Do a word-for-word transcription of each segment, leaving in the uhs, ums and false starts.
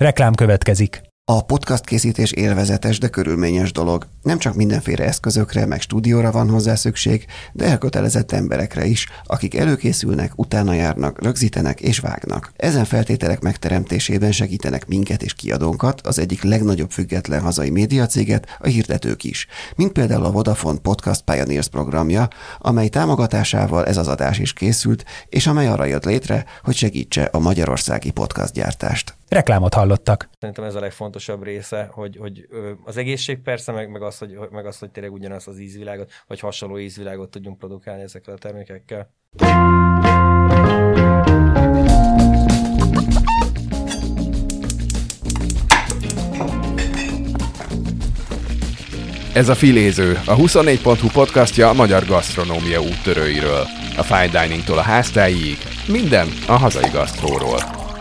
Reklám következik. A podcast készítés élvezetes, de körülményes dolog. Nem csak mindenféle eszközökre, meg stúdióra van hozzá szükség, de elkötelezett emberekre is, akik előkészülnek, utána járnak, rögzítenek és vágnak. Ezen feltételek megteremtésében segítenek minket és kiadónkat, az egyik legnagyobb független hazai médiacéget, a hirdetők is. Mint például a Vodafone Podcast Pioneers programja, amely támogatásával ez az adás is készült, és amely arra jött létre, hogy segítse a magyarországi podcast gyártást. Reklámot hallottak. Szerintem ez a legfontosabb része, hogy, hogy az egészség persze, meg, meg, az, hogy, meg az, hogy tényleg ugyanaz az ízvilágot, vagy hasonló ízvilágot tudjunk produkálni ezekkel a termékekkel. Ez a Filéző, a huszonnégy pont hu podcastja a magyar gasztronómia úttörőiről. A fine diningtól a háztáig, minden a hazai gasztróról.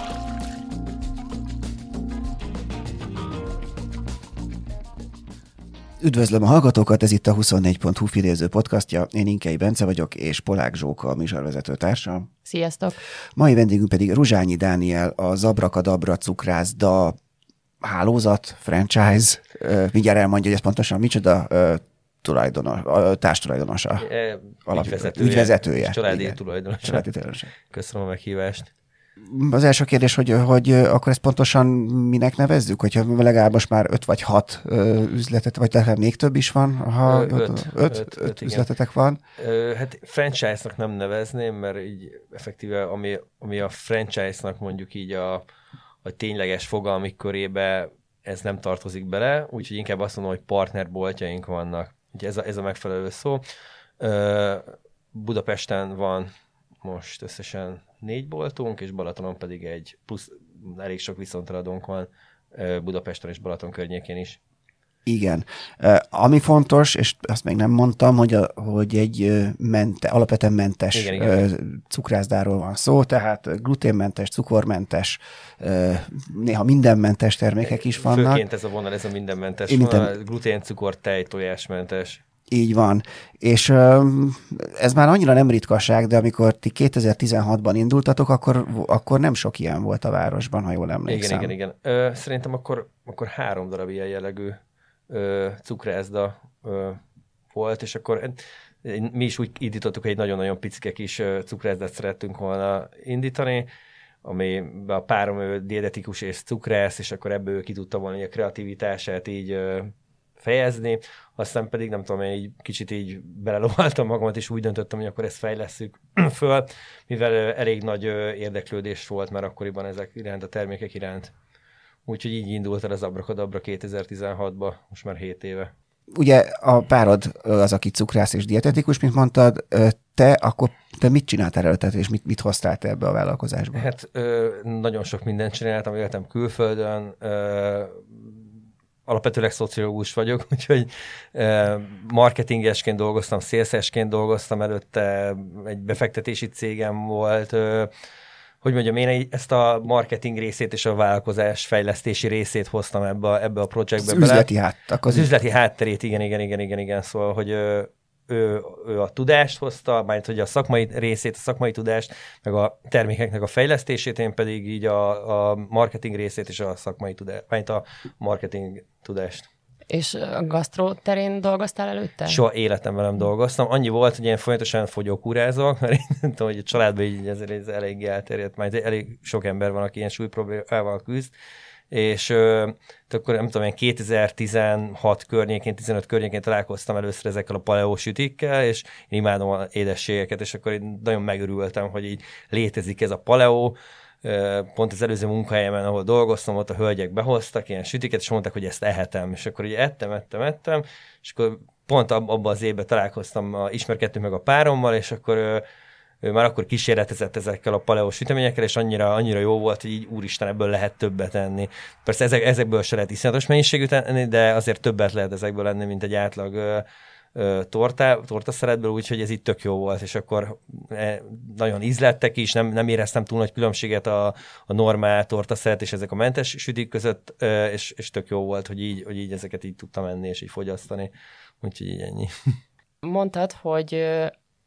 Üdvözlöm a hallgatókat, ez itt a huszonnégy pont hu Filéző podcastja. Én Inkei Bence vagyok, és Polák Zsóka a műsorvezető társam. Sziasztok! Mai vendégünk pedig Ruzsányi Dániel, a Zabrakadabra cukrászda hálózat, franchise, uh, mindjárt elmondja, hogy ez pontosan micsoda, uh, tulajdonos, uh, társtulajdonosa. E, ügyvezetője. Ügyvezetője. Családi tulajdonosa. Családi tulajdonosa. Köszönöm a meghívást. Az első kérdés, hogy, hogy akkor ezt pontosan minek nevezzük? Hogyha legalább most már öt vagy hat ö, üzletet, vagy legalább még több is van? Ha öt, öt, öt, öt, öt, öt igen. üzletetek van? Ö, hát franchise-nak nem nevezném, mert így effektíve, ami, ami a franchise-nak mondjuk így a, a tényleges fogalmik körébe ez nem tartozik bele, úgyhogy inkább azt mondom, hogy partnerboltjaink vannak. Úgyhogy ez a, ez a megfelelő szó. Ö, Budapesten van most összesen négy boltunk, és Balatonon pedig egy, plusz elég sok viszonteladónk van Budapesten és Balaton környékén is. Igen. Uh, ami fontos, és azt még nem mondtam, hogy, a, hogy egy mente, alapvetően mentes igen, igen. Uh, cukrászdáról van szó, tehát gluténmentes, cukormentes, uh, néha mindenmentes termékek is vannak. Főként ez a vonal, ez a mindenmentes Minden... vonal, glutén, cukor, tej, tojásmentes. Így van. És uh, ez már annyira nem ritkaság, de amikor ti kétezer-tizenhatban indultatok, akkor, akkor nem sok ilyen volt a városban, ha jól emlékszem. Igen, igen, igen. Ö, szerintem akkor, akkor három darab ilyen jellegű ö, cukrászda ö, volt, és akkor mi is úgy indítottuk, hogy egy nagyon-nagyon picike kis cukrászdát szerettünk volna indítani, ami a párom dietetikus és cukrász, és akkor ebből ki tudta volna a kreativitását így ö, fejezni, aztán pedig nem tudom, én így kicsit így belelovaltam magamat, és úgy döntöttem, hogy akkor ezt fejlesszük föl, mivel elég nagy érdeklődés volt már akkoriban ezek iránt, a termékek iránt. Úgyhogy így indult el az Zabrakadabra kétezer-tizenhatban, most már hét éve. Ugye a párod az, aki cukrász és dietetikus, mint mondtad, te akkor te mit csináltál előtte, és mit, mit hoztál te ebbe a vállalkozásba? Hát ö, nagyon sok mindent csináltam, éltem külföldön, ö, alapvetőleg szociológus vagyok, úgyhogy marketingesként dolgoztam, szélszesként dolgoztam, előtte egy befektetési cégem volt. Hogy mondjam, én ezt a marketing részét és a vállalkozás fejlesztési részét hoztam ebbe a, ebbe a projektbe. Az üzleti hátterét. Az üzleti hátterét, igen, igen, igen, igen, igen. Szóval, hogy ő, ő, ő a tudást hozta, majd hogy a szakmai részét, a szakmai tudást, meg a termékeknek a fejlesztését, én pedig így a, a marketing részét és a szakmai tudást, majd a marketing tudást. És a gasztró terén dolgoztál előtte? Soha életemben nem dolgoztam. Annyi volt, hogy én folyamatosan fogyókúrázok, mert én nem tudom, hogy a családban így ez, ez elég elterjedt, majd elég sok ember van, aki ilyen súlyproblémával küzd, és ö, akkor nem tudom, én kétezer-tizenhat környékén, tizenöt környékén találkoztam először ezekkel a paleó sütikkel, és én imádom az édességeket, és akkor én nagyon megörültem, hogy így létezik ez a paleó. Pont az előző munkahelyemen, ahol dolgoztam, ott a hölgyek behoztak ilyen sütiket, és mondták, hogy ezt ehetem. És akkor így ettem, ettem, ettem, és akkor pont abban az évben találkoztam, ismerkedtünk meg a párommal, és akkor ő, ő már akkor kísérletezett ezekkel a paleó süteményekkel, és annyira, annyira jó volt, hogy így úristen, ebből lehet többet enni. Persze ezek, ezekből se lehet iszonyatos mennyiségű enni, de azért többet lehet ezekből enni, mint egy átlag tortá, tortaszeretből, úgyhogy ez itt tök jó volt, és akkor nagyon ízlettek is, nem, nem éreztem túl nagy különbséget a, a normál tortaszeret és ezek a mentes sütik között, és, és tök jó volt, hogy így, hogy így ezeket így tudtam enni, és így fogyasztani, úgyhogy így ennyi. Mondtad, hogy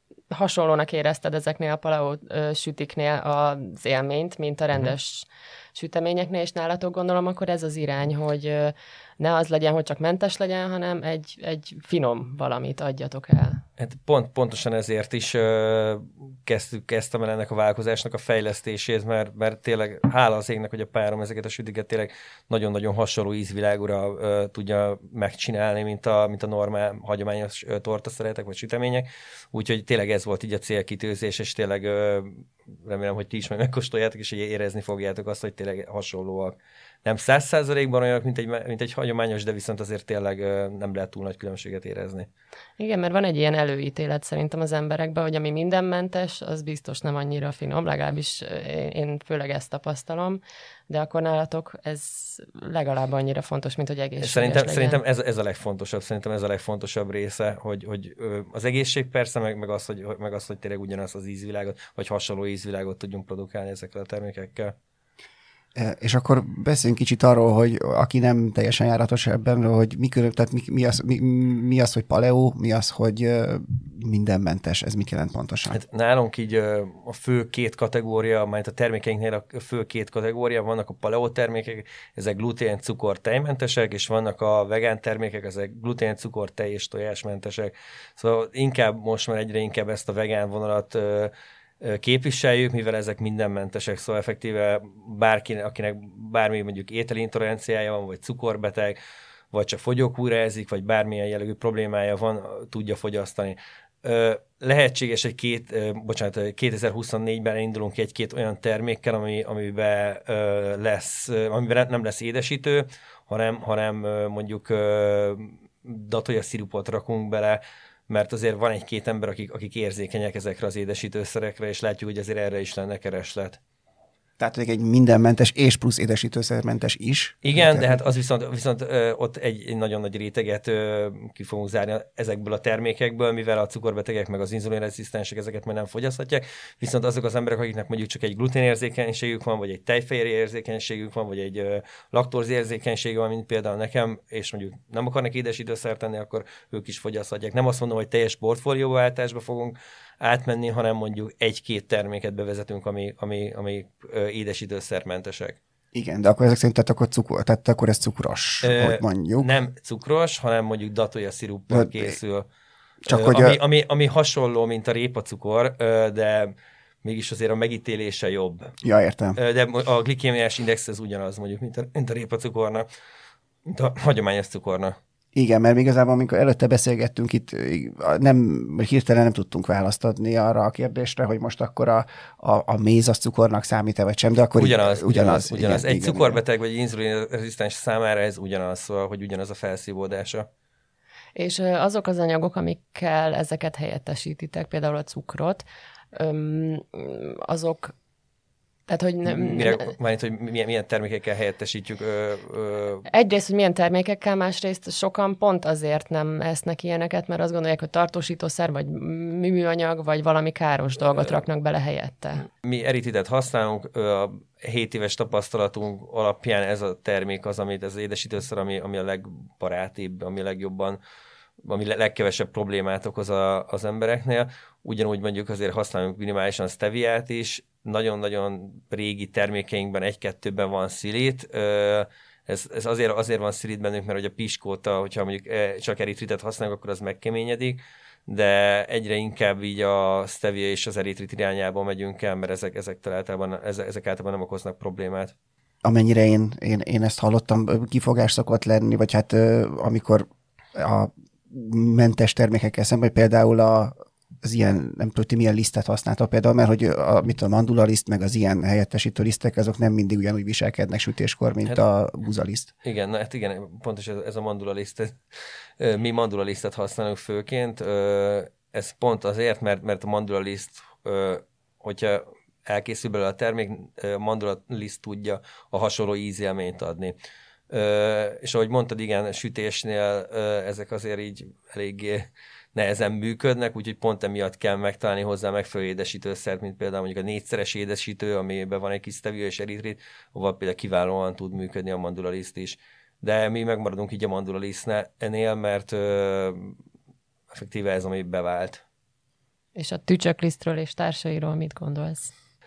hasonlónak érezted ezeknél a paleó sütiknél az élményt, mint a rendes süteményeknél, és nálatok gondolom, akkor ez az irány, hogy ne az legyen, hogy csak mentes legyen, hanem egy, egy finom valamit adjatok el. Hát pont, pontosan ezért is uh, kezdtük, kezdtem el ennek a vállalkozásnak a fejlesztését, mert, mert tényleg hála az égnek, hogy a párom ezeket a sütiket tényleg nagyon-nagyon hasonló ízvilágúra uh, tudja megcsinálni, mint a, mint a normál, hagyományos uh, tortaszeretek vagy sütemények. Úgyhogy tényleg ez volt így a célkitűzés, és tényleg uh, remélem, hogy ti is majd megkóstoljátok, és hogy érezni fogjátok azt, hogy tényleg hasonlóak. Nem száz százalékban olyanok, mint egy, mint egy hagyományos, de viszont azért tényleg uh, nem lehet túl nagy különbséget érezni. Igen, mert van egy ilyen előítélet szerintem az emberekben, hogy ami mindenmentes, az biztos nem annyira finom, legalábbis én főleg ezt tapasztalom, de akkor nálatok ez legalább annyira fontos, mint hogy egészséges Szerintem, legyen. szerintem ez, ez a legfontosabb, szerintem ez a legfontosabb része, hogy, hogy az egészség persze, meg, meg, az, hogy, meg az, hogy tényleg ugyanaz az ízvilágot, vagy hasonló ízvilágot tudjunk produkálni ezekkel a termékekkel. És akkor beszéljünk kicsit arról, hogy aki nem teljesen járatos ebben, hogy mi, körül, tehát mi, mi, az, mi, mi az, hogy paleo, mi az, hogy mindenmentes, ez mit jelent pontosan? Hát nálunk így a fő két kategória, majd a termékeinknél a fő két kategória, vannak a paleo termékek, ezek glutén, cukor, tejmentesek, és vannak a vegán termékek, ezek glutén, cukor, tej és tojásmentesek. Szóval inkább most már egyre inkább ezt a vegán vonalat képviseljük, mivel ezek mindenmentesek, szóval effektíve bárki, akinek bármi mondjuk ételi intoleranciája van, vagy cukorbeteg, vagy csak fogyókúrázik, vagy bármilyen jellegű problémája van, tudja fogyasztani. Lehetséges, hogy két, bocsánat, kétezer-huszonnégyben indulunk egy-két olyan termékkel, ami, amiben lesz, amiben nem lesz édesítő, hanem, hanem mondjuk datója szirupot rakunk bele, mert azért van egy-két ember, akik, akik érzékenyek ezekre az édesítőszerekre, és látjuk, hogy azért erre is lenne kereslet. Tehát egy mindenmentes és plusz édesítőszermentes is. Igen, de hát az viszont, viszont ö, ott egy, egy nagyon nagy réteget ö, ki fogunk zárni ezekből a termékekből, mivel a cukorbetegek meg az inzulinrezisztensek ezeket már nem fogyaszthatják, viszont azok az emberek, akiknek mondjuk csak egy gluténérzékenységük van, vagy egy tejfehérje érzékenységük van, vagy egy ö, laktózérzékenységük van, mint például nekem, és mondjuk nem akarnak édesítőszert tenni, akkor ők is fogyaszthatják. Nem azt mondom, hogy teljes portfólióváltásba fogunk átmenni, hanem mondjuk egy-két terméket bevezetünk, ami, ami, ami édesítőszermentesek. Igen, de akkor ezek szerint tehát akkor, cukor, tehát akkor ez cukros, Ö, hogy mondjuk. Nem cukros, hanem mondjuk datója sziruppal készül. Csak Ö, hogy ami, a... ami, ami hasonló, mint a répacukor, de mégis azért a megítélése jobb. Ja, értem. De a glikémiás index ez ugyanaz, mondjuk, mint a, mint a répacukornak, mint a hagyományos cukornak. Igen, mert igazából, amikor előtte beszélgettünk itt, nem, hirtelen nem tudtunk választ adni arra a kérdésre, hogy most akkor a, a, a méz az cukornak számít-e, vagy sem, de akkor ugyanaz, így, ugyanaz, ugyanaz, ugyanaz. Igen, Egy igen, cukorbeteg igen. vagy inzulinrezisztens számára ez ugyanaz, szóval, hogy ugyanaz a felszívódása. És azok az anyagok, amikkel ezeket helyettesítitek, például a cukrot, azok Tehát, hogy nem, Mire, mármint, hogy milyen, milyen termékekkel helyettesítjük? Ö, ö... Egyrészt, hogy milyen termékekkel, másrészt sokan pont azért nem esznek ilyeneket, mert azt gondolják, hogy tartósítószer, vagy műanyag, vagy valami káros dolgot raknak bele helyette. Mi eritritet használunk, a hét éves tapasztalatunk alapján ez a termék az, amit ez az édesítőszer, ami, ami a legbarátibb, ami legjobban, ami legkevesebb problémát okoz a, az embereknél. Ugyanúgy mondjuk azért használunk minimálisan steviát is, nagyon-nagyon régi termékeinkben egy-kettőben van szilit. Ez, ez azért, azért van szilit bennünk, mert hogy a piskóta, hogyha mondjuk csak eritritet használunk, akkor az megkeményedik, de egyre inkább így a stevia és az eritrit irányába megyünk el, mert ezek, ezek, általában, ezek, ezek általában nem okoznak problémát. Amennyire én, én, én ezt hallottam, kifogás szokott lenni, vagy hát amikor a mentes termékekkel szemben, például a az ilyen, nem tudom, ti milyen lisztet használtak például, mert hogy a, mit a mandulaliszt, meg az ilyen helyettesítő lisztek, azok nem mindig ugyanúgy viselkednek sütéskor, mint hát, a buzaliszt. Igen, na, hát igen, pontos ez, ez a mandulaliszt. Mi mandulalisztet használunk főként. Ez pont azért, mert, mert a mandulaliszt, hogyha elkészül belőle a termék, a mandulaliszt tudja a hasonló ízélményt adni. És ahogy mondtad, igen, sütésnél ezek azért így eléggé nehezen működnek, úgyhogy pont emiatt kell megtalálni hozzá megfelelő édesítőszert, mint például mondjuk a négyszeres édesítő, amiben van egy kis stevia és eritrit, ahol például kiválóan tud működni a mandulaliszt is. De mi megmaradunk így a mandulalisztnél, mert ö, effektíve ez, ami bevált. És a tücsöklisztről és társairól mit gondolsz?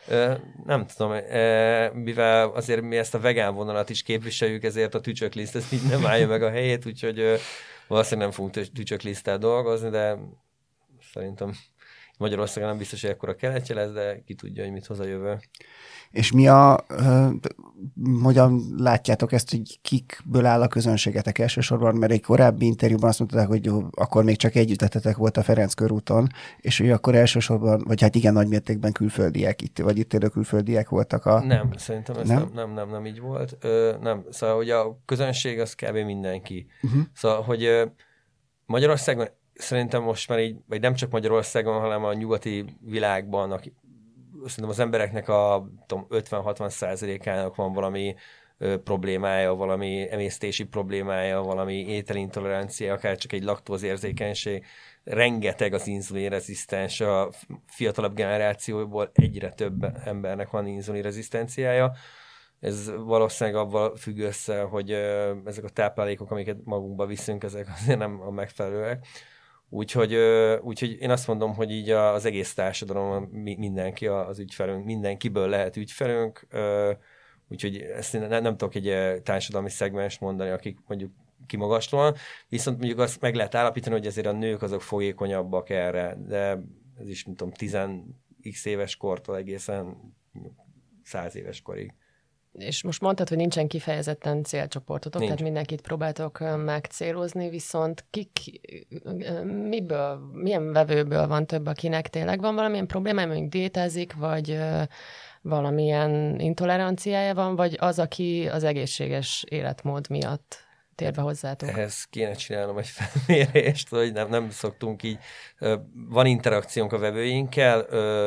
Nem tudom, mivel azért mi ezt a vegán vonalat is képviseljük, ezért a tücsökliszt ez így nem állja meg a helyét, úgyhogy valószínűleg nem fogunk tücsökliszttel dolgozni, de szerintem Magyarországon nem biztos, hogy ekkora keletje lesz, de ki tudja, hogy mit hoz a jövő. És mi a, uh, hogyan látjátok ezt, hogy kikből áll a közönségetek elsősorban, mert egy korábbi interjúban azt mondták, hogy akkor még csak egy üzletetek volt a Ferenc körúton, és hogy akkor elsősorban, vagy hát igen, nagymértékben külföldiek, itt, vagy itt élő külföldiek voltak a... Nem, szerintem ez nem, nem, nem, nem, nem így volt. Ö, nem, szóval, hogy a közönség az kb. Mindenki. Uh-huh. Szóval, hogy ö, Magyarországon szerintem most már így, vagy nem csak Magyarországon, hanem a nyugati világban, aki, szerintem az embereknek a ötven-hatvan százalékának van valami ö, problémája, valami emésztési problémája, valami ételintolerancia, akár csak egy laktózérzékenység. Rengeteg az inzulinrezisztens, a fiatalabb generációból egyre több embernek van inzulinrezisztenciája. Ez valószínűleg abban függ össze, hogy ö, ezek a táplálékok, amiket magunkba viszünk, ezek azért nem a megfelelőek. Úgyhogy, úgyhogy én azt mondom, hogy így az egész társadalom, mindenki az ügyfelünk, mindenkiből lehet ügyfelünk, úgyhogy ezt nem, nem tudok egy társadalmi szegmens mondani, akik mondjuk kimagaslóan, viszont mondjuk azt meg lehet állapítani, hogy azért a nők azok fogékonyabbak erre, de ez is, nem tudom, tíz x éves kortól egészen száz éves korig. És most mondtad, hogy nincsen kifejezetten célcsoportotok, Nincs. tehát mindenkit próbáltok megcélozni, viszont kik, miből, milyen vevőből van több, akinek tényleg van valamilyen problémája, mondjuk diétázik, vagy valamilyen intoleranciája van, vagy az, aki az egészséges életmód miatt tér be hozzátok? Ehhez kéne csinálnom egy felmérést, hogy nem, nem szoktunk így. Van interakciónk a vevőinkkel,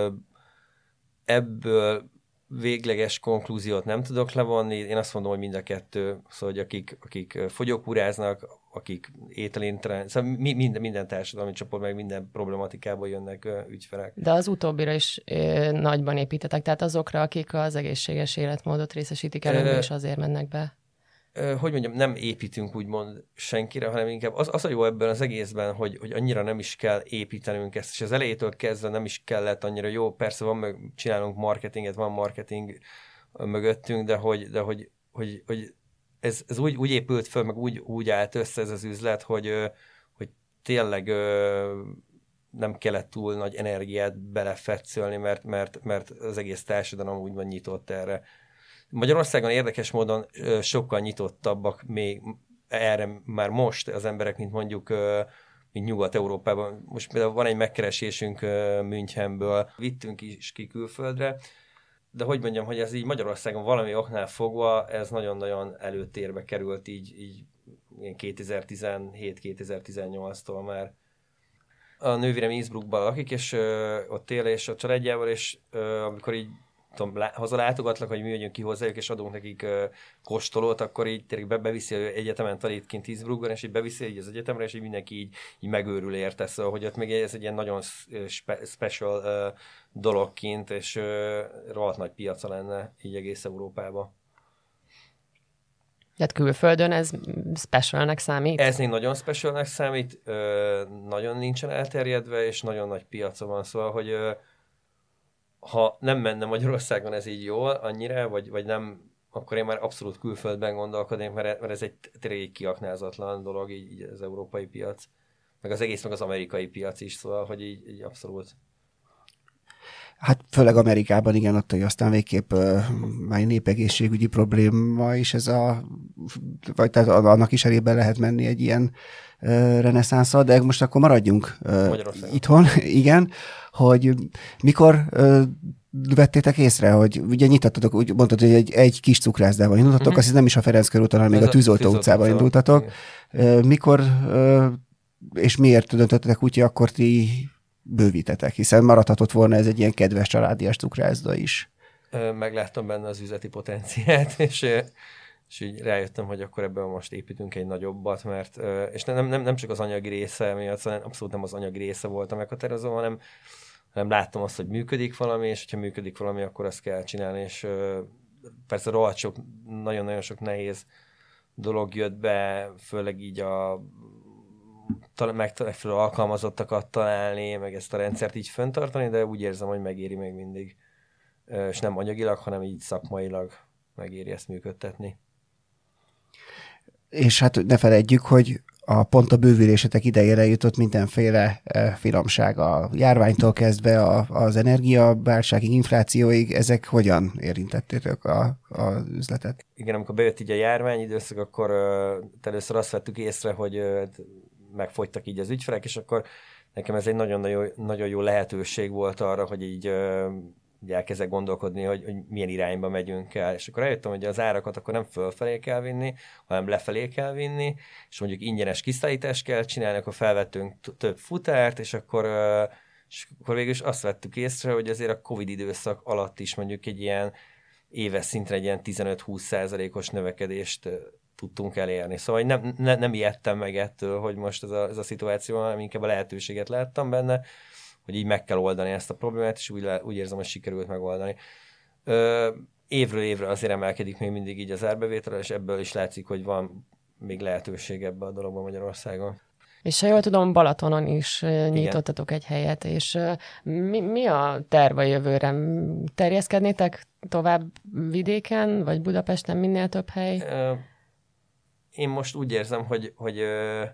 ebből végleges konklúziót nem tudok levonni. Én azt mondom, hogy mind a kettő, szóval, hogy akik, akik fogyókúráznak, akik ételintelen, szóval minden, minden társadalmi csoport, meg minden problematikából jönnek ügyfelek. De az utóbbira is ö, nagyban építetek, tehát azokra, akik az egészséges életmódot részesítik előbb, és azért mennek be. Hogy mondjam, nem építünk úgymond senkire, hanem inkább az, az a jó ebben az egészben, hogy, hogy annyira nem is kell építenünk ezt, és az elejétől kezdve nem is kellett annyira jó, persze van, meg csinálunk marketinget, van marketing mögöttünk, de hogy, de hogy, hogy, hogy ez, ez úgy, úgy épült föl, meg úgy, úgy állt össze ez az üzlet, hogy, hogy tényleg nem kellett túl nagy energiát belefetszölni, mert, mert, mert az egész társadalom úgymond nyitott erre. Magyarországon érdekes módon sokkal nyitottabbak még erre már most az emberek, mint mondjuk mint Nyugat-Európában. Most például van egy megkeresésünk Münchenből, vittünk is ki külföldre, de hogy mondjam, hogy ez így Magyarországon valami oknál fogva, ez nagyon-nagyon előtérbe került így, így kétezer-tizenhét-kétezer-tizennyolctól már. A nővérem Innsbruckban lakik, és ott él, és a családjával, és amikor így tudom, hazalátogatlak, hogy mi megyünk ki hozzájuk, és adunk nekik uh, kóstolót, akkor így tényleg be, beviszi egyetemen tanít kint Innsbruckban, és így beviszi így az egyetemre, és így mindenki így, így megőrül érte, szóval, hogy ott még ez egy ilyen nagyon spe- special uh, dolog kint, és uh, rohadt nagy piaca lenne így egész Európában. Tehát külföldön ez specialnek számít? Ez még nagyon specialnek számít, uh, nagyon nincsen elterjedve, és nagyon nagy piaca van, szóval, hogy uh, ha nem menne Magyarországon ez így jól annyira, vagy, vagy nem, akkor én már abszolút külföldben gondolkodnék, mert, mert ez egy tényleg egy kiaknázatlan dolog, így, így az európai piac, meg az egész, meg az amerikai piac is, szóval, hogy így, így abszolút. Hát főleg Amerikában, igen, ott, hogy aztán végképp uh, már népegészségügyi probléma is ez a, vagy tehát annak is elébe lehet menni egy ilyen uh, reneszánszal, de most akkor maradjunk uh, itthon, igen, hogy mikor uh, vettétek észre, hogy ugye nyitattatok, úgy mondtad, hogy egy, egy kis cukrászdával indultatok, uh-huh. azt nem is a Ferenc körúton, hanem még a Tűzoltó utcában indultatok. Uh, mikor uh, és miért döntöttetek úgy, hogy akkor ti bővítetek, hiszen maradhatott volna ez egy ilyen kedves családias cukrászda is. Megláttam benne az üzleti potenciát, és, és így rájöttem, hogy akkor ebből most építünk egy nagyobbat, mert, és nem, nem, nem csak az anyagi része miatt, szóval abszolút nem az anyagi része volt a meghatározó, hanem, hanem láttam azt, hogy működik valami, és hogyha működik valami, akkor azt kell csinálni, és persze rohadt sok, nagyon-nagyon sok nehéz dolog jött be, főleg így a megfelelő alkalmazottakat találni, meg ezt a rendszert így fenntartani, de úgy érzem, hogy megéri még mindig. és nem anyagilag, hanem így szakmailag megéri ezt működtetni. És hát ne feledjük, hogy a pont a bővülésetek idejére jutott mindenféle e, finomság, a járványtól kezdve a, az energiaválságig, inflációig, ezek hogyan érintettétek a, a üzletet? Igen, amikor bejött így a járványidőszak, akkor uh, először azt vettük észre, hogy uh, megfogytak így az ügyfelek, és akkor nekem ez egy nagyon-nagyon, nagyon jó lehetőség volt arra, hogy így uh, elkezdek gondolkodni, hogy, hogy milyen irányba megyünk el. És akkor eljöttem, hogy az árakat akkor nem fölfelé kell vinni, hanem lefelé kell vinni, és mondjuk ingyenes kiszállítást kell csinálni, akkor felvettünk t- több futárt, és akkor, és akkor végül is azt vettük észre, hogy azért a Covid időszak alatt is mondjuk egy ilyen éves szintre egy ilyen tizenöt-húsz százalékos növekedést tudtunk elérni. Szóval nem, ne, nem ijedtem meg ettől, hogy most ez a, ez a szituáció, hanem inkább a lehetőséget láttam benne, hogy így meg kell oldani ezt a problémát, és úgy, úgy érzem, hogy sikerült megoldani. Ö, évről évre azért emelkedik még mindig így az árbevétel, és ebből is látszik, hogy van még lehetőség ebbe a dologban Magyarországon. És ha jól tudom, Balatonon is nyitottatok egy helyet, és mi, mi a terv a jövőre? Terjeszkednétek tovább vidéken, vagy Budapesten minél több hely? Ö, én most úgy érzem, hogy, hogy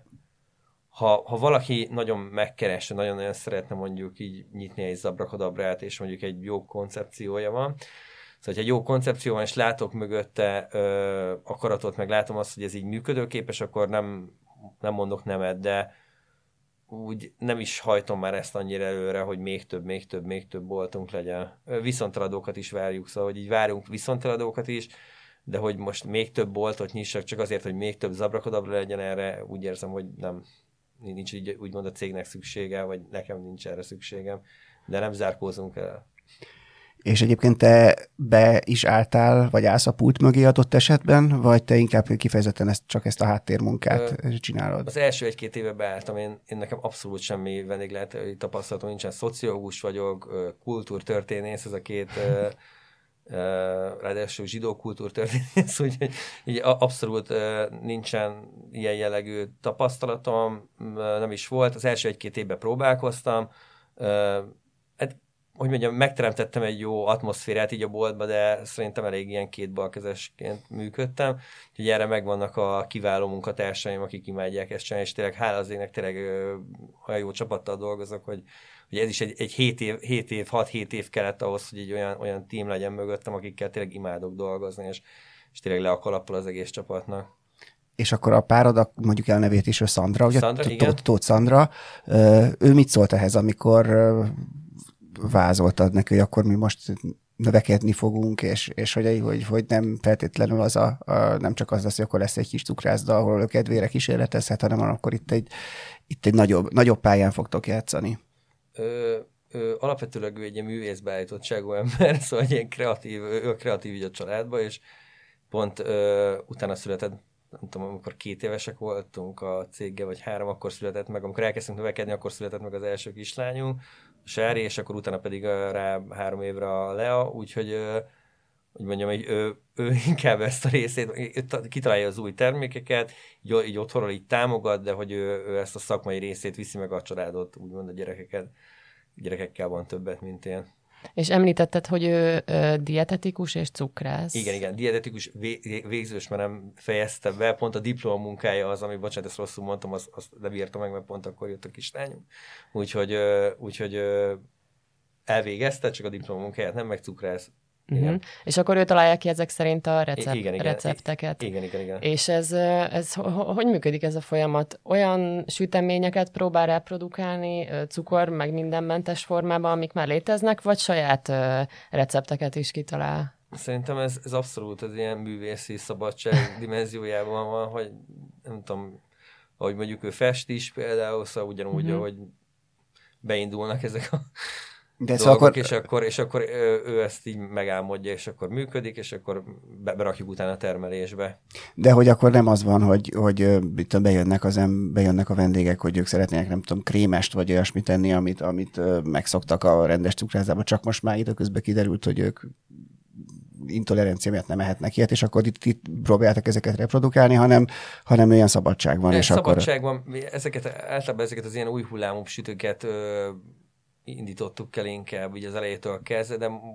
Ha, ha valaki nagyon megkeres, nagyon-nagyon szeretne mondjuk így nyitni egy zabrakadabrát, és mondjuk egy jó koncepciója van, szóval ha egy jó koncepció van, és látok mögötte ö, akaratot, meg látom azt, hogy ez így működőképes, akkor nem, nem mondok nemet, de úgy nem is hajtom már ezt annyira előre, hogy még több, még több, még több boltunk legyen. Viszonteladókat is várjuk, szóval hogy így várunk viszonteladókat is, de hogy most még több boltot nyissak, csak azért, hogy még több zabrakadabra legyen erre, úgy érzem, hogy nem. Nincs így úgymond a cégnek szüksége, vagy nekem nincs erre szükségem, de nem zárkózunk el. És egyébként te be is álltál, vagy állsz a pult mögé adott esetben, vagy te inkább kifejezetten ezt, csak ezt a háttérmunkát Ö, csinálod? Az első egy-két éve beálltam, én, én nekem abszolút semmi vendéglátói tapasztalatom nincsen, szociológus vagyok, kultúrtörténész, ez a két Uh, ráadásul zsidó kultúrtörténész, úgyhogy így abszolút uh, nincsen ilyen jellegű tapasztalatom, uh, nem is volt. Az első egy-két évben próbálkoztam. Uh, hát, hogy mondjam, megteremtettem egy jó atmoszférát így a boltba, de szerintem elég ilyen kétbalkezesként működtem. Úgyhogy erre megvannak a kiváló munkatársaim, akik imádják ezt csinálni, és tényleg hála az égnek, tényleg uh, olyan jó csapattal dolgozok, hogy Ugye ez is egy, egy hét év, hét év, hat-hét év kellett ahhoz, hogy egy olyan, olyan tím legyen mögöttem, akikkel tényleg imádok dolgozni, és, és tényleg le a kalappal az egész csapatnak. És akkor a párod, mondjuk el nevét is, ő Szandra, ugye? Szandra, igen. Tóth Szandra. Ő mit szólt ehhez, amikor vázoltad neki, hogy akkor mi most növekedni fogunk, és, és hogy, hogy, hogy nem feltétlenül az a, a, nem csak az lesz, hogy akkor lesz egy kis cukrászda, ahol ő kedvére kísérletezhet, hanem akkor itt egy, itt egy nagyobb, nagyobb pályán fogtok játszani. Ö, ö, alapvetőleg ő egy ilyen művészbeállítottságú ember, szóval egy ilyen kreatív, ő kreatív így a családba, és pont ö, utána született, nem tudom, amikor két évesek voltunk a céggel, vagy három, akkor született meg, amikor elkezdtünk növekedni, akkor született meg az első kislányunk, a Sári, és akkor utána pedig rá három évre a Lea, úgyhogy ö, hogy mondjam, hogy ő, ő inkább ezt a részét, kitalálja az új termékeket, így, így otthonról így támogat, de hogy ő, ő ezt a szakmai részét viszi meg a családot, úgymond a gyerekeket, gyerekekkel van többet, mint én. És említetted, hogy ő ö, dietetikus és cukrász. Igen, igen, dietetikus vé, végzős, mert nem fejezte be, pont a diplomamunkája az, ami, bocsánat, ezt rosszul mondtam, azt, azt lebírta meg, mert pont akkor jött a kislányunk. Úgyhogy, úgyhogy elvégezte, csak a diplomamunkáját nem, meg cukrász. Uh-huh. És akkor ő találja ki ezek szerint a recept, igen, igen, recepteket. Igen, igen, igen. És ez, ez hogy működik ez a folyamat? Olyan süteményeket próbál reprodukálni, cukor, meg mindenmentes formában, amik már léteznek, vagy saját recepteket is kitalál? Szerintem ez, ez abszolút az ilyen művészi szabadság dimenziójában van, hogy nem tudom, ahogy mondjuk ő fest is például, szóval ugyanúgy, uh-huh. ahogy beindulnak ezek a De dolgok, szóval akkor... és akkor, és akkor ő, ő ezt így megálmodja, és akkor működik, és akkor be, berakjuk utána a termelésbe. De hogy akkor nem az van, hogy, hogy bejönnek, az em, bejönnek a vendégek, hogy ők szeretnének, nem tudom, krémest, vagy olyasmit tenni, amit, amit megszoktak a rendes cukrászdába, csak most már időközben kiderült, hogy ők intolerancia miatt nem ehetnek ilyet, és akkor itt, itt próbáltak ezeket reprodukálni, hanem, hanem olyan szabadság van. Ez és szabadság akkor... van, ezeket, általában ezeket az ilyen új hullámú sütőket ö, indítottuk el inkább így az elejétől kezdve, de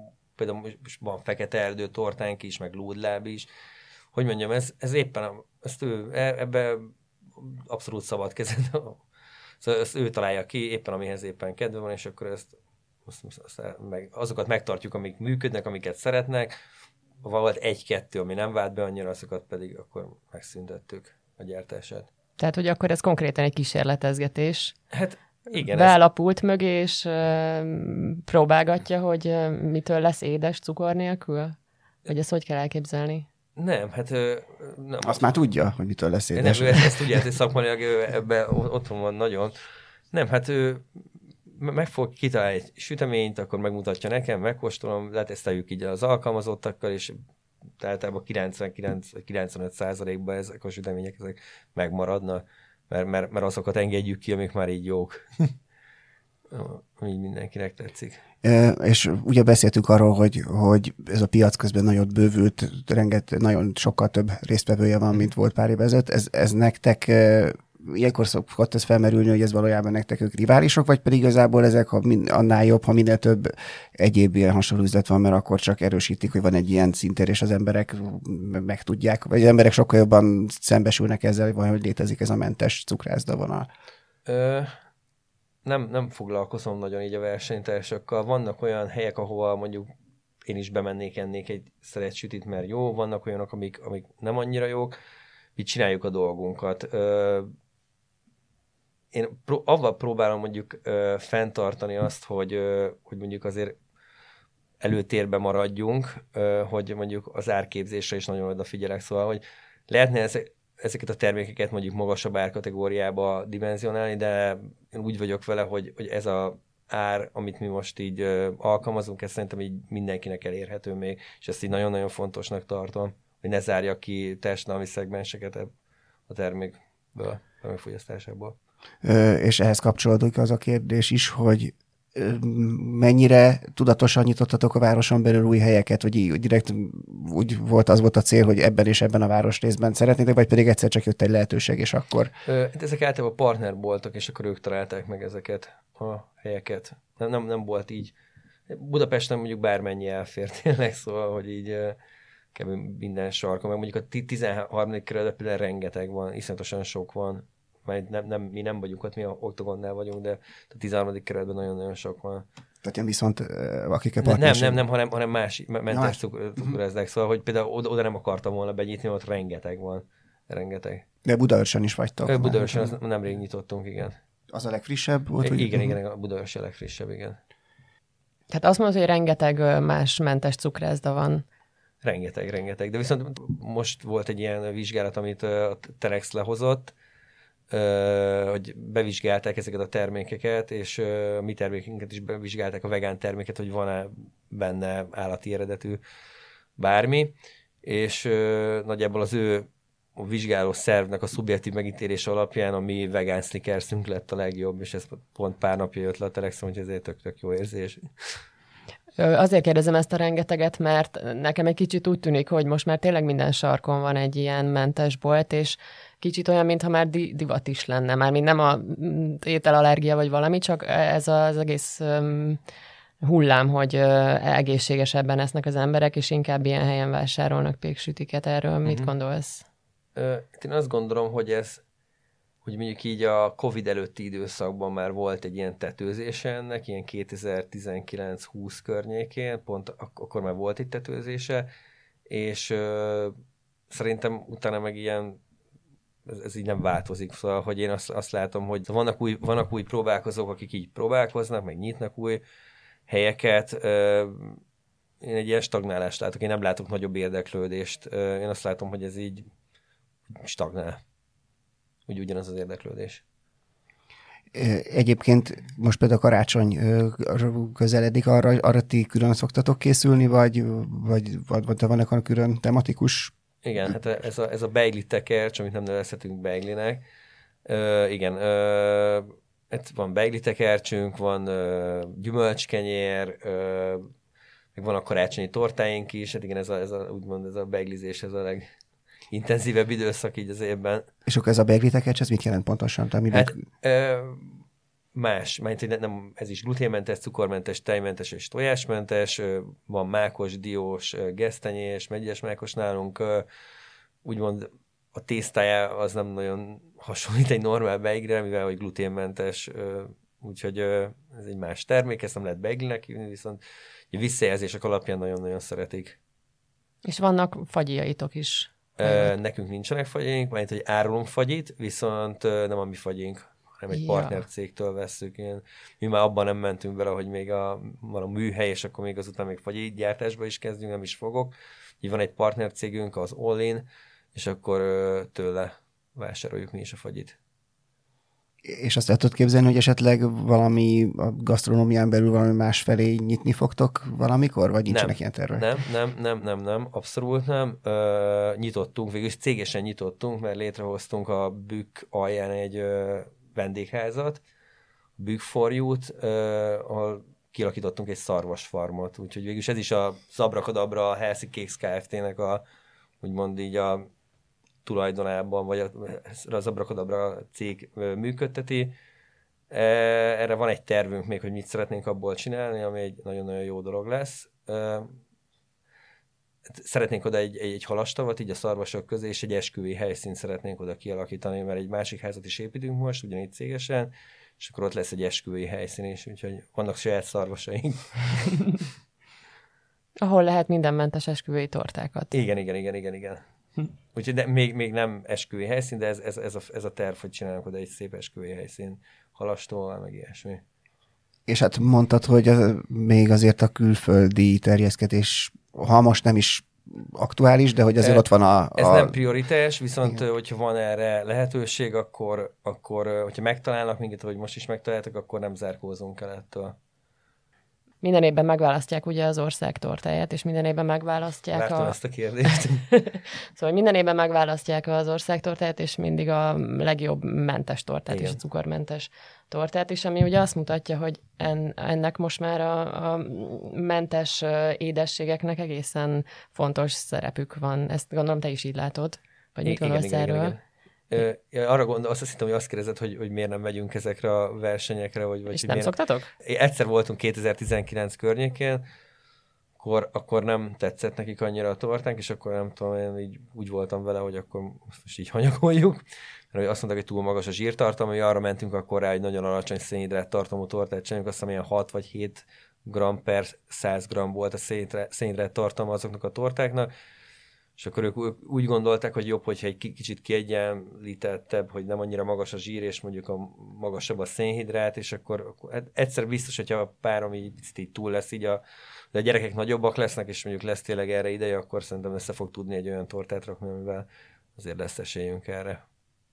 például most van fekete erdő tortánk is, meg lódláb is. Hogy mondjam, ez, ez éppen, ezt ő, ebbe abszolút szabad kezed. Szóval ezt ő találja ki, éppen amihez éppen kedve van, és akkor ezt, azt, azt, meg, azokat megtartjuk, amik működnek, amiket szeretnek. Volt egy-kettő, ami nem vált be annyira, azokat pedig akkor megszüntettük a gyártását. Tehát, hogy akkor ez konkrétan egy kísérletezgetés. Hát igen. Beállapult ez... mögé, és uh, próbálgatja, hogy uh, mitől lesz édes cukor nélkül? Vagy ezt hogy kell elképzelni? Nem, hát... Nem. Azt már tudja, hogy mitől lesz édes. Nem, ő ezt, ezt tudja, hogy szakmailag ebben otthon van nagyon. Nem, hát ő meg fog kitalálni egy süteményt, akkor megmutatja nekem, megkóstolom, leteszteljük így az alkalmazottakkal, és általában kilencvenkilenc-kilencvenöt százalékban ezek a sütemények ezek megmaradnak, mert, mert, mert azokat engedjük ki, amik már így jók. Így mindenkinek tetszik. E, és ugye beszéltünk arról, hogy, hogy ez a piac közben nagyon bővült, renget, nagyon sokkal több résztvevője van, mint volt pár évvel ezelőtt. Ez, ez nektek, e, ilyenkor szokott ez felmerülni, hogy ez valójában nektek ők riválisok, vagy pedig igazából ezek ha min, annál jobb, ha minél több egyéb ilyen hasonló üzlet van, mert akkor csak erősítik, hogy van egy ilyen szintér, és az emberek megtudják, vagy az emberek sokkal jobban szembesülnek ezzel, vagy hogy létezik ez a mentes cukrászda vonal. Ö... Nem, nem foglalkozom nagyon így a versenytársakkal. Vannak olyan helyek, ahova mondjuk én is bemennék, ennék egy szeret sütit, mert jó, vannak olyanok, amik, amik nem annyira jók. Mi csináljuk a dolgunkat. Én pró- avval próbálom mondjuk fenntartani azt, hogy, hogy mondjuk azért előtérbe maradjunk, hogy mondjuk az árképzésre is nagyon odafigyelek. Szóval, hogy lehetne ezek ezeket a termékeket mondjuk magasabb árkategóriába dimenzionálni, de én úgy vagyok vele, hogy, hogy ez az ár, amit mi most így ö, alkalmazunk, ez szerintem így mindenkinek elérhető még, és ezt így nagyon-nagyon fontosnak tartom, hogy ne zárja ki társadalmi szegmenseket a termékből, a termékfogyasztásából. És ehhez kapcsolódik az a kérdés is, hogy mennyire tudatosan nyitottatok a városon belül új helyeket, vagy így, direkt úgy volt, az volt a cél, hogy ebben és ebben a városrészben szeretnétek, vagy pedig egyszer csak jött egy lehetőség, és akkor... Ö, ezek általában partnerboltok, és akkor ők találták meg ezeket a helyeket. Nem, nem, nem volt így. Budapesten mondjuk bármennyi elfér tényleg, szóval, hogy így kb. Minden sarkon, meg mondjuk a tizenharmadik kerületben például rengeteg van, iszonyatosan sok van. Mert nem, nem, mi nem vagyunk ott, mi a Oktogonnál vagyunk, de a tizenharmadik kerületben nagyon-nagyon sok van. Tehát ilyen viszont, akik a Nem, nem, nem, nem, hanem, hanem más mentes cukorezdek. Szóval, hogy például oda, oda nem akartam volna benyitni, ott rengeteg van. Rengeteg. De Budaörsön is vagytok. Budaörsön nemrég nyitottunk, igen. Az a legfrissebb volt? I- igen, igen, a Budaörs a legfrissebb, igen. Tehát azt mondod, hogy rengeteg más mentes cukrászda van. Rengeteg, rengeteg. De viszont most volt egy ilyen vizsgálat, amit a Telex lehozott, hogy bevizsgálták ezeket a termékeket, és a mi termékünket is bevizsgálták, a vegán terméket, hogy van-e benne állati eredetű bármi, és nagyjából az ő a vizsgáló szervnek a szubjektív megítélése alapján a mi vegán sneakersünk lett a legjobb, és ez pont pár napja jött le a Telexon, hogy ezért tök-tök jó érzés. Azért kérdezem ezt a rengeteget, mert nekem egy kicsit úgy tűnik, hogy most már tényleg minden sarkon van egy ilyen mentes bolt, és kicsit olyan, mintha már divat is lenne. Mármint nem a ételallergia vagy valami, csak ez az egész um, hullám, hogy uh, egészségesebben esznek az emberek, és inkább ilyen helyen vásárolnak péksütiket. Erről mit uh-huh. gondolsz? Uh, én azt gondolom, hogy ez, hogy mondjuk így a Covid előtti időszakban már volt egy ilyen tetőzése ennek, ilyen kétezer-tizenkilenc húsz környékén, pont ak- akkor már volt egy tetőzése, és uh, szerintem utána meg ilyen Ez, ez így nem változik, szóval, hogy én azt, azt látom, hogy vannak új, vannak új próbálkozók, akik így próbálkoznak, meg nyitnak új helyeket. Én egy ilyen stagnálást látok, én nem látok nagyobb érdeklődést. Én azt látom, hogy ez így stagnál. Úgy ugyanaz az érdeklődés. Egyébként most például karácsony közeledik, arra, arra ti külön szoktatok készülni, vagy, vagy, vagy, vagy vannak a külön tematikus? Igen, hát ez a, ez a beigli tekercs, amit nem nevezhetünk beiglinek. Ö, igen, ö, hát van beigli tekercsünk, van ö, gyümölcskenyér, ö, meg van a karácsonyi tortáink is, hát igen, ez a, ez a, úgymond ez a beiglizés, ez a legintenzívebb időszak így az évben. És akkor ez a beigli tekercs, ez mit jelent pontosan? Tehát hát, ö, más, mert nem, ez is gluténmentes, cukormentes, tejmentes és tojásmentes, van mákos, diós, gesztenyés, megyes mákos nálunk, úgymond a tésztája az nem nagyon hasonlít egy normál beigre, mivel hogy gluténmentes, úgyhogy ez egy más termék, ezt nem lehet beiglinek hívni, viszont a visszajelzések alapján nagyon-nagyon szeretik. És vannak fagyiaitok is. Nekünk nincsenek fagyaink, mert hogy árulunk fagyit, viszont nem a mi fagyink, hanem egy ja. partnercégtől vesszük. Ilyen. Mi már abban nem mentünk bele, hogy még a, van a műhely, és akkor még azután még fagyi gyártásba is kezdünk, nem is fogok. Így van egy partnercégünk, az All-in, és akkor tőle vásároljuk mi is a fagyit. És azt el tudod képzelni, hogy esetleg valami a gasztronómián belül valami más felé nyitni fogtok valamikor, vagy nincsenek nem, ilyen tervek? Nem, nem, nem, nem, nem, abszolút nem. Ö, nyitottunk, végülis cégesen nyitottunk, mert létrehoztunk a Bükk alján egy ö, vendégházat, Bükk for You-t, ö, ahol kialakítottunk egy szarvasfarmot, úgyhogy végülis ez is a Abrakadabra, a Healthy Cakes Kft-nek a, úgymond így a tulajdonában, vagy az Abrakadabra cég működteti. Erre van egy tervünk még, hogy mit szeretnénk abból csinálni, ami egy nagyon-nagyon jó dolog lesz. Szeretnénk oda egy, egy, egy halastavat, így a szarvasok közé, és egy esküvői helyszínt szeretnénk oda kialakítani, mert egy másik házat is építünk most, ugyanígy cégesen, és akkor ott lesz egy esküvői helyszín is, úgyhogy vannak saját szarvasaink. Ahol lehet mindenmentes esküvői tortákat. Igen, igen, igen, igen, igen. Úgyhogy de még, még nem esküvői helyszín, de ez, ez, ez, a, ez a terv, hogy csinálunk oda egy szép esküvői helyszín halastól, meg ilyesmi. És hát mondtad, hogy az, még azért a külföldi terjeszkedés, ha most nem is aktuális, de hogy azért e, ott van a... a... Ez nem prioritás, viszont igen. hogyha van erre lehetőség, akkor, akkor hogyha megtalálnak minket, hogy most is megtaláltak, akkor nem zárkózunk el ettől. Minden évben megválasztják ugye az ország tortáját, és minden évben megválasztják Láttam a... Láttam ezt a kérdést. Szóval minden évben megválasztják az ország tortáját, és mindig a legjobb mentes tortát, igen. és a cukormentes tortát is, ami ugye azt mutatja, hogy en, ennek most már a, a mentes édességeknek egészen fontos szerepük van. Ezt gondolom te is így látod, vagy mit gondolsz igen, erről? Igen, igen. Ö, arra gondol, azt hittem, hogy azt kérdezed, hogy, hogy miért nem megyünk ezekre a versenyekre. Vagy, vagy és nem szoktatok? Nem. Egyszer voltunk kétezer-tizenkilenc környékén, akkor, akkor nem tetszett nekik annyira a tortánk, és akkor nem tudom, én így úgy voltam vele, hogy akkor most így hanyagoljuk, mert azt mondták, hogy túl magas a zsírtartalom, hogy arra mentünk akkor rá, hogy nagyon alacsony szénhidrát tartalmú tortát csináljuk, azt hiszem ilyen hat vagy hét gram per száz gram volt a szénhidrát tartalma azoknak a tortáknak, és akkor ők úgy gondolták, hogy jobb, hogyha egy kicsit kiegyenlítettebb, hogy nem annyira magas a zsír, és mondjuk a magasabb a szénhidrát, és akkor, akkor hát egyszer biztos, hogyha a párom így, így túl lesz, így a, de a gyerekek nagyobbak lesznek, és mondjuk lesz tényleg erre ideje, akkor szerintem össze fog tudni egy olyan tortát rakni, amivel azért lesz esélyünk erre.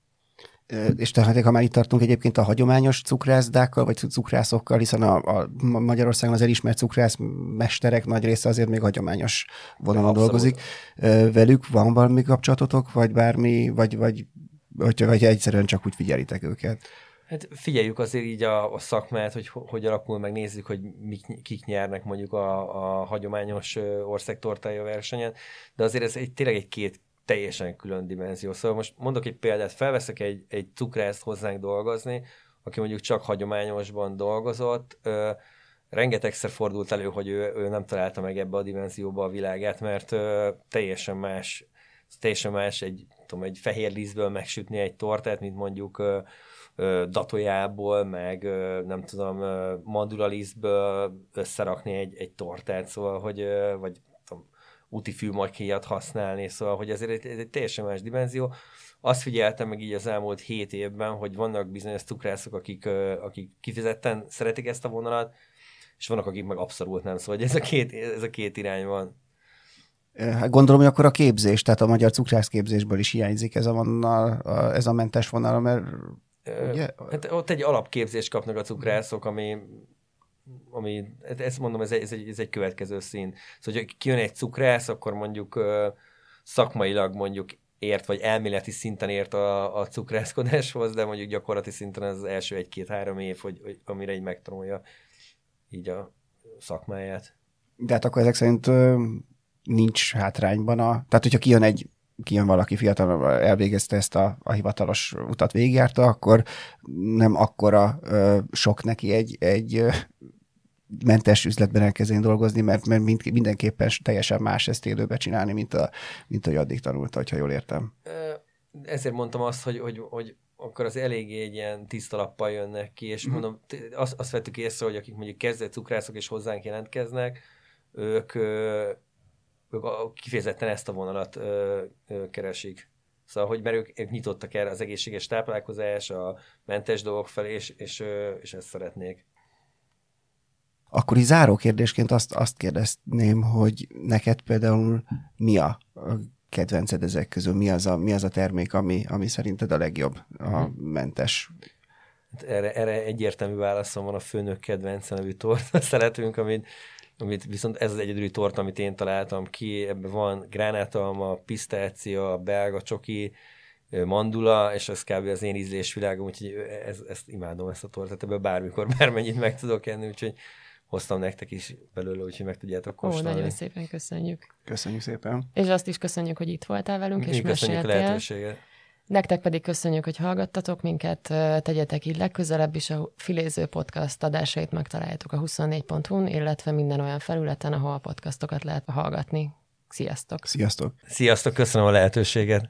És tehát, ha már itt tartunk egyébként a hagyományos cukrászdákkal, vagy cukrászokkal, hiszen a, a Magyarországon az elismert cukrászmesterek nagy része azért még hagyományos vonalon dolgozik. Velük van valami kapcsolatotok, vagy bármi, vagy, vagy, vagy, vagy egyszerűen csak úgy figyelitek őket? Hát figyeljük azért így a, a szakmát, hogy hogy alakul, meg nézzük, hogy mik, kik nyernek mondjuk a, a hagyományos országtortája versenyen, de azért ez egy, tényleg egy két teljesen külön dimenzió. Szóval most mondok egy példát, felveszek egy, egy cukrászt hozzánk dolgozni, aki mondjuk csak hagyományosban dolgozott, ö, rengetegszer fordult elő, hogy ő, ő nem találta meg ebbe a dimenzióba a világát, mert ö, teljesen más, teljesen más egy, tudom, egy fehér lisztből megsütni egy tortát, mint mondjuk ö, ö, datojából, meg ö, nem tudom, ö, mandulalisztből összerakni egy, egy tortát, szóval, hogy ö, vagy úti fűmarkéjat használni, szóval, hogy ezért egy, egy teljesen más dimenzió. Azt figyeltem meg így az elmúlt hét évben, hogy vannak bizonyos cukrászok, akik, akik kifejezetten szeretik ezt a vonalat, és vannak, akik meg abszolút nem, szóval ez a két, ez a két irány van. Hát gondolom, hogy akkor a képzés, tehát a magyar cukrászképzésből is hiányzik ez a vonal, ez a mentes vonal, mert ugye? Hát ott egy alapképzést kapnak a cukrászok, ami ami, ezt mondom, ez egy, ez, egy, ez egy következő szín. Szóval, hogy kijön egy cukrász, akkor mondjuk szakmailag mondjuk ért, vagy elméleti szinten ért a, a cukrászkodáshoz, de mondjuk gyakorlati szinten az, az első egy-két-három év, hogy, hogy, amire így megtanulja így a szakmáját. De hát akkor ezek szerint ö, nincs hátrányban a... Tehát, hogyha kijön egy kijön valaki fiatal, elvégezte ezt a, a hivatalos utat, végigjárta, akkor nem akkora ö, sok neki egy, egy ö, mentes üzletben elkezdeni dolgozni, mert, mert mind, mindenképpen teljesen más ezt élőbe csinálni, mint, a, mint ahogy addig tanulta, hogyha jól értem. Ezért mondtam azt, hogy, hogy, hogy akkor az eléggé egy ilyen tiszta lappal jönnek ki, és mondom, azt, azt vettük észre, hogy akik mondjuk kezdett cukrászok és hozzánk jelentkeznek, ők, ők kifejezetten ezt a vonalat ö, ö, keresik. Szóval, hogy mert ők, ők nyitottak erre az egészséges táplálkozás, a mentes dolgok felé, és, és, és ezt szeretnék. Akkor így záró kérdésként azt, azt kérdezném, hogy neked például mi a kedvenced ezek közül? Mi az a, mi az a termék, ami, ami szerinted a legjobb, a mentes? Erre, erre egyértelmű válaszom van, a Főnök kedvence nevű torta szeretünk, amit, amit viszont ez az egyedüli torta, amit én találtam ki, ebben van gránátalma, pisztácia, belga csoki, mandula, és ez kb. Az én ízlésvilágom, úgyhogy ez, ezt imádom, ezt a tortát, ebből bármikor, bármennyit meg tudok enni, úgyhogy hoztam nektek is belőle, úgyhogy meg tudjátok kóstolni. Ó, nagyon szépen köszönjük. Köszönjük szépen. És azt is köszönjük, hogy itt voltál velünk, Mi és köszönjük meséltél. a lehetőséget. Nektek pedig köszönjük, hogy hallgattatok minket, tegyetek így legközelebb is, a Filéző podcast adásait megtaláljátok a huszonnégy pont hu-n, illetve minden olyan felületen, ahol a podcastokat lehet hallgatni. Sziasztok! Sziasztok! Sziasztok, köszönöm a lehetőséget!